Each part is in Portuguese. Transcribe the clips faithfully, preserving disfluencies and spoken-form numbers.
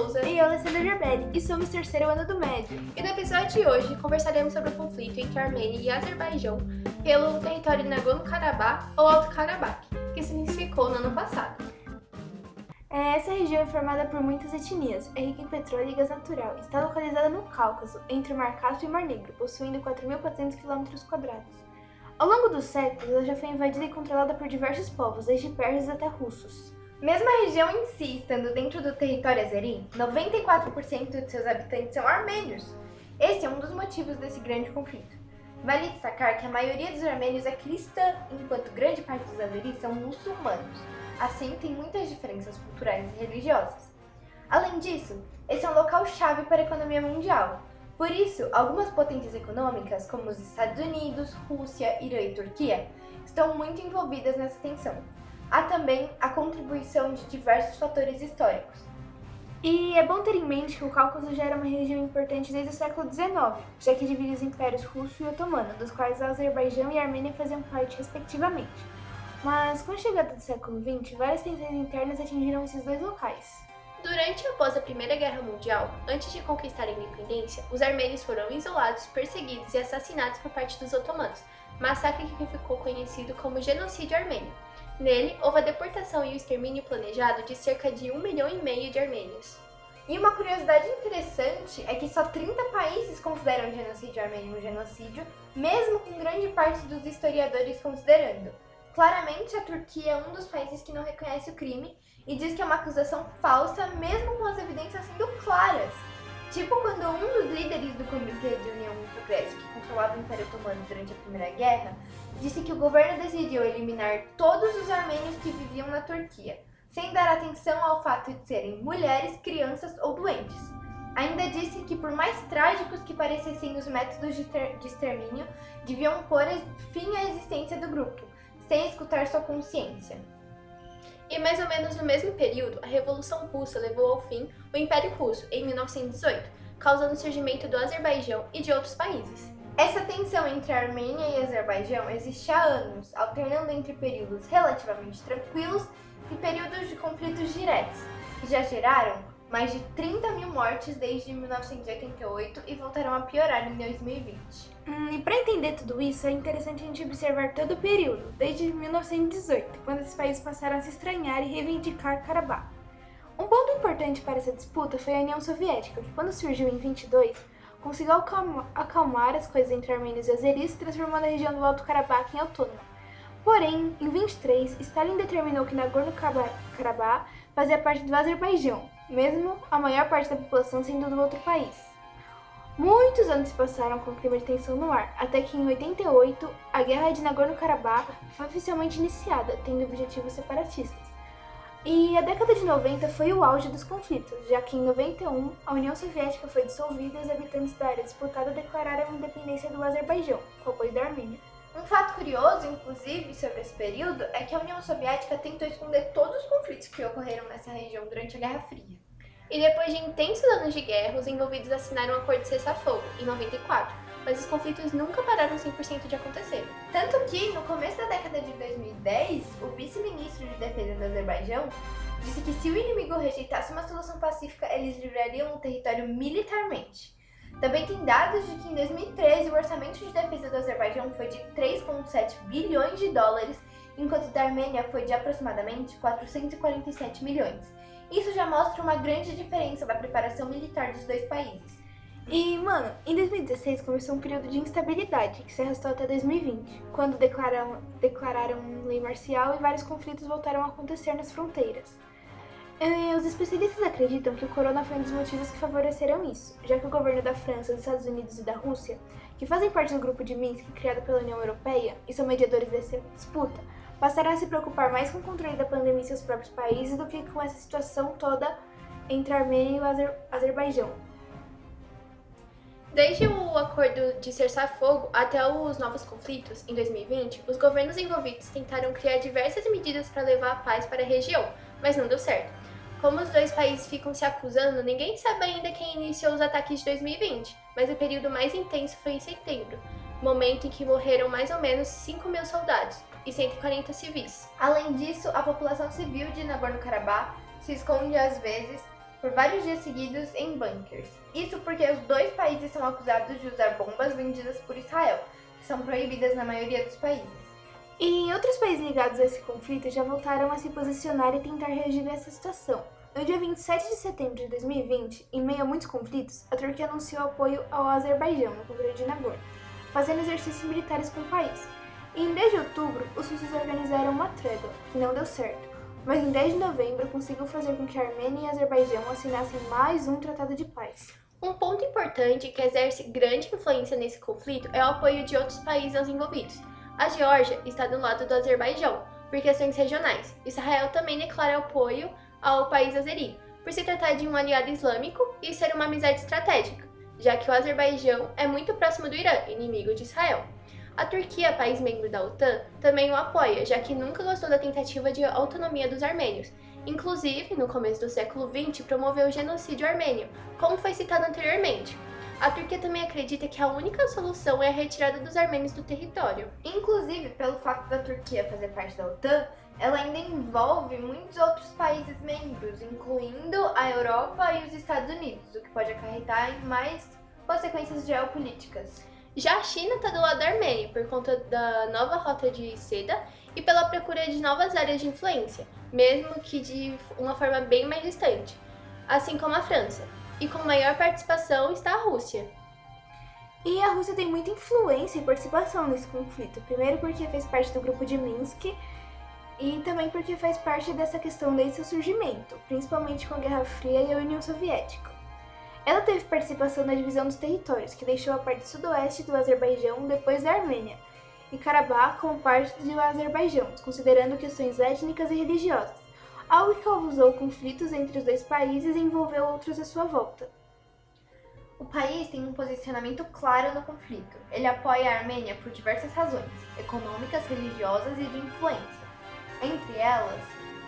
Souza. E eu, Alessandra Gerbelli, e somos terceiro ano do médio. E no episódio de hoje conversaremos sobre o conflito entre Armênia e Azerbaijão pelo território Nagorno-Karabakh ou Alto Karabakh, que se intensificou no ano passado. Essa região é formada por muitas etnias, é rica em petróleo e gás natural. Está localizada no Cáucaso, entre o Mar Cáspio e o Mar Negro, possuindo quatro mil e quatrocentos quilômetros quadrados. Ao longo dos séculos, ela já foi invadida e controlada por diversos povos, desde persas até russos. Mesmo a região em si estando dentro do território azeri, noventa e quatro por cento de seus habitantes são armênios. Esse é um dos motivos desse grande conflito. Vale destacar que a maioria dos armênios é cristã, enquanto grande parte dos azeris são muçulmanos. Assim, tem muitas diferenças culturais e religiosas. Além disso, esse é um local-chave para a economia mundial. Por isso, algumas potências econômicas, como os Estados Unidos, Rússia, Irã e Turquia, estão muito envolvidas nessa tensão. Há também a contribuição de diversos fatores históricos. E é bom ter em mente que o Cáucaso já era uma região importante desde o século dezenove, já que divide os impérios russo e otomano, dos quais a Azerbaijão e a Armênia faziam parte, respectivamente. Mas, com a chegada do século vinte, várias tensões internas atingiram esses dois locais. Durante e após a Primeira Guerra Mundial, antes de conquistar a independência, os armênios foram isolados, perseguidos e assassinados por parte dos otomanos, massacre que ficou conhecido como Genocídio Armênio. Nele, houve a deportação e o extermínio planejado de cerca de um milhão e meio de armênios. E uma curiosidade interessante é que só trinta países consideram o genocídio armênio um genocídio, mesmo com grande parte dos historiadores considerando. Claramente, a Turquia é um dos países que não reconhece o crime e diz que é uma acusação falsa, mesmo com as evidências sendo claras. Tipo quando um dos líderes do Comitê de União e Progresso, que controlava o Império Otomano durante a Primeira Guerra, disse que o governo decidiu eliminar todos os armênios que viviam na Turquia, sem dar atenção ao fato de serem mulheres, crianças ou doentes. Ainda disse que, por mais trágicos que parecessem os métodos de, de extermínio, deviam pôr fim à existência do grupo, sem escutar sua consciência. E mais ou menos no mesmo período, a Revolução Russa levou ao fim o Império Russo, em mil novecentos e dezoito, causando o surgimento do Azerbaijão e de outros países. Essa tensão entre a Armênia e Azerbaijão existe há anos, alternando entre períodos relativamente tranquilos e períodos de conflitos diretos, que já geraram mais de trinta mil mortes desde mil novecentos e oitenta e oito e voltarão a piorar em dois mil e vinte. Hum, e para entender tudo isso, é interessante a gente observar todo o período, desde mil novecentos e dezoito, quando esses países passaram a se estranhar e reivindicar Karabakh. Um ponto importante para essa disputa foi a União Soviética, que quando surgiu em vinte e dois, conseguiu acalma, acalmar as coisas entre armênios e azeris, transformando a região do Alto Karabakh em autônoma. Porém, em vinte e três, Stalin determinou que Nagorno-Karabakh fazia parte do Azerbaijão, mesmo a maior parte da população sendo do outro país. Muitos anos se passaram com o clima de tensão no ar, até que em oitenta e oito, a Guerra de Nagorno-Karabakh foi oficialmente iniciada, tendo objetivos separatistas. E a década de noventa foi o auge dos conflitos, já que em noventa e um a União Soviética foi dissolvida e os habitantes da área disputada declararam a independência do Azerbaijão, com o apoio da Armênia. Um fato curioso, inclusive, sobre esse período é que a União Soviética tentou esconder todos os conflitos que ocorreram nessa região durante a Guerra Fria. E depois de intensos anos de guerra, os envolvidos assinaram um acordo de cessar-fogo, em noventa e quatro, mas os conflitos nunca pararam cem por cento de acontecer. Tanto que, no começo da década de dois mil e dez, o vice-ministro de defesa do Azerbaijão disse que se o inimigo rejeitasse uma solução pacífica, eles livrariam o território militarmente. Também tem dados de que em dois mil e treze o orçamento de defesa do Azerbaijão foi de três vírgula sete bilhões de dólares, enquanto da Armênia foi de aproximadamente quatrocentos e quarenta e sete milhões. Isso já mostra uma grande diferença da preparação militar dos dois países. E, mano, em dois mil e dezesseis começou um período de instabilidade, que se arrastou até dois mil e vinte, quando declararam, declararam lei marcial e vários conflitos voltaram a acontecer nas fronteiras. E os especialistas acreditam que o corona foi um dos motivos que favoreceram isso, já que o governo da França, dos Estados Unidos e da Rússia, que fazem parte do grupo de Minsk criado pela União Europeia e são mediadores dessa disputa, passaram a se preocupar mais com o controle da pandemia em seus próprios países do que com essa situação toda entre a Armênia e o Azer- Azerbaijão. Desde o acordo de cessar-fogo até os novos conflitos, em dois mil e vinte, os governos envolvidos tentaram criar diversas medidas para levar a paz para a região, mas não deu certo. Como os dois países ficam se acusando, ninguém sabe ainda quem iniciou os ataques de dois mil e vinte, mas o período mais intenso foi em setembro, momento em que morreram mais ou menos cinco mil soldados e cento e quarenta civis. Além disso, a população civil de Nagorno-Karabakh se esconde às vezes por vários dias seguidos em bunkers. Isso porque os dois países são acusados de usar bombas vendidas por Israel, que são proibidas na maioria dos países. E outros países ligados a esse conflito já voltaram a se posicionar e tentar reagir a essa situação. No dia vinte e sete de setembro de dois mil e vinte, em meio a muitos conflitos, a Turquia anunciou apoio ao Azerbaijão no controle de Nagorno, fazendo exercícios militares com o país. E em dez de outubro, os russos organizaram uma trégua, que não deu certo, mas em dez de novembro conseguiu fazer com que a Armênia e a Azerbaijão assinassem mais um tratado de paz. Um ponto importante que exerce grande influência nesse conflito é o apoio de outros países aos envolvidos. A Geórgia está do lado do Azerbaijão, por questões regionais. Israel também declara apoio ao país azeri, por se tratar de um aliado islâmico e ser uma amizade estratégica, já que o Azerbaijão é muito próximo do Irã, inimigo de Israel. A Turquia, país membro da OTAN, também o apoia, já que nunca gostou da tentativa de autonomia dos armênios. Inclusive, no começo do século vinte, promoveu o genocídio armênio, como foi citado anteriormente. A Turquia também acredita que a única solução é a retirada dos armênios do território. Inclusive, pelo fato da Turquia fazer parte da OTAN, ela ainda envolve muitos outros países membros, incluindo a Europa e os Estados Unidos, o que pode acarretar em mais consequências geopolíticas. Já a China está do lado da Armênia, por conta da nova rota de seda e pela procura de novas áreas de influência, mesmo que de uma forma bem mais distante, assim como a França. E com maior participação está a Rússia. E a Rússia tem muita influência e participação nesse conflito, primeiro porque fez parte do grupo de Minsk e também porque faz parte dessa questão desde seu surgimento, principalmente com a Guerra Fria e a União Soviética. Ela teve participação na divisão dos territórios, que deixou a parte sudoeste do Azerbaijão depois da Armênia, e Karabakh como parte do Azerbaijão, considerando questões étnicas e religiosas, algo que causou conflitos entre os dois países e envolveu outros à sua volta. O país tem um posicionamento claro no conflito. Ele apoia a Armênia por diversas razões, econômicas, religiosas e de influência. Entre elas,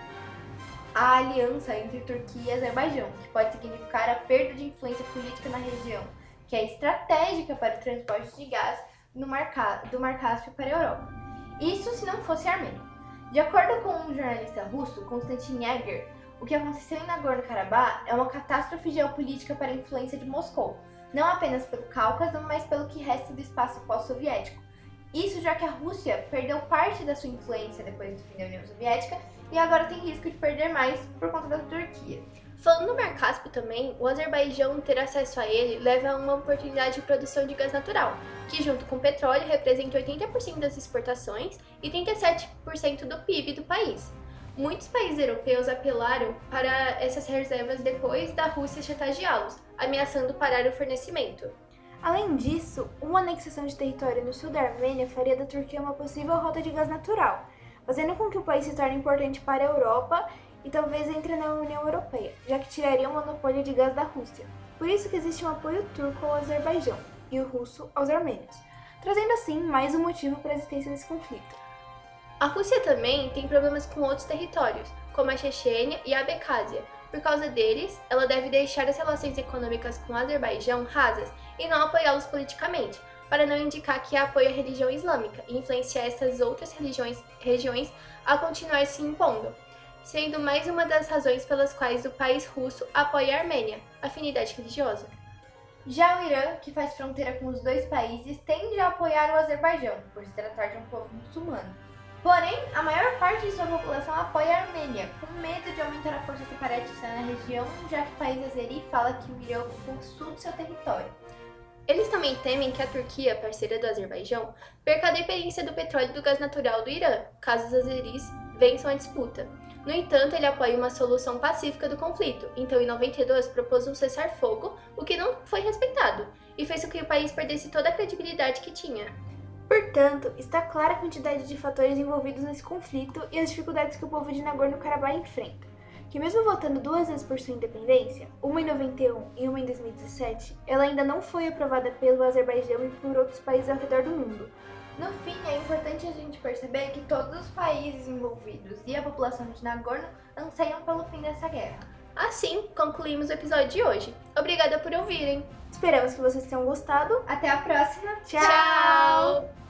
a aliança entre Turquia e Azerbaijão, que pode significar a perda de influência política na região, que é estratégica para o transporte de gás no mar, do Mar Cáspio para a Europa. Isso se não fosse a Armênia. De acordo com um jornalista russo, Konstantin Yeager, o que aconteceu em Nagorno-Karabakh é uma catástrofe geopolítica para a influência de Moscou, não apenas pelo Cáucaso, mas pelo que resta do espaço pós-soviético. Isso já que a Rússia perdeu parte da sua influência depois do fim da União Soviética e agora tem risco de perder mais por conta da Turquia. Falando no Mar Cáspio também, o Azerbaijão ter acesso a ele leva a uma oportunidade de produção de gás natural, que junto com o petróleo representa oitenta por cento das exportações e trinta e sete por cento do P I B do país. Muitos países europeus apelaram para essas reservas depois da Rússia chantageá-los, ameaçando parar o fornecimento. Além disso, uma anexação de território no sul da Armênia faria da Turquia uma possível rota de gás natural, fazendo com que o país se torne importante para a Europa e talvez entre na União Europeia, já que tiraria o monopólio de gás da Rússia. Por isso que existe um apoio turco ao Azerbaijão e o russo aos armênios, trazendo assim mais um motivo para a existência desse conflito. A Rússia também tem problemas com outros territórios, como a Chechênia e a Abcásia. Por causa deles, ela deve deixar as relações econômicas com o Azerbaijão rasas e não apoiá-los politicamente, para não indicar que apoia a religião islâmica e influenciar essas outras religiões, regiões a continuar se impondo, sendo mais uma das razões pelas quais o país russo apoia a Armênia, afinidade religiosa. Já o Irã, que faz fronteira com os dois países, tende a apoiar o Azerbaijão, por se tratar de um povo muçulmano. Porém, a maior parte de sua população apoia a Armênia, com medo de aumentar a força separatista na região, já que o país azeri fala que o Irã ocupa o sul do seu território. Eles também temem que a Turquia, parceira do Azerbaijão, perca a dependência do petróleo e do gás natural do Irã, caso os azeris vençam a disputa. No entanto, ele apoia uma solução pacífica do conflito, então em noventa e dois propôs um cessar-fogo, o que não foi respeitado, e fez com que o país perdesse toda a credibilidade que tinha. Portanto, está clara a quantidade de fatores envolvidos nesse conflito e as dificuldades que o povo de Nagorno-Karabakh enfrenta, que mesmo votando duas vezes por sua independência, uma em noventa e um e uma em dois mil e dezessete, ela ainda não foi aprovada pelo Azerbaijão e por outros países ao redor do mundo. No fim, é importante a gente perceber que todos os países envolvidos e a população de Nagorno anseiam pelo fim dessa guerra. Assim, concluímos o episódio de hoje. Obrigada por ouvirem! Esperamos que vocês tenham gostado. Até a próxima! Tchau! Tchau!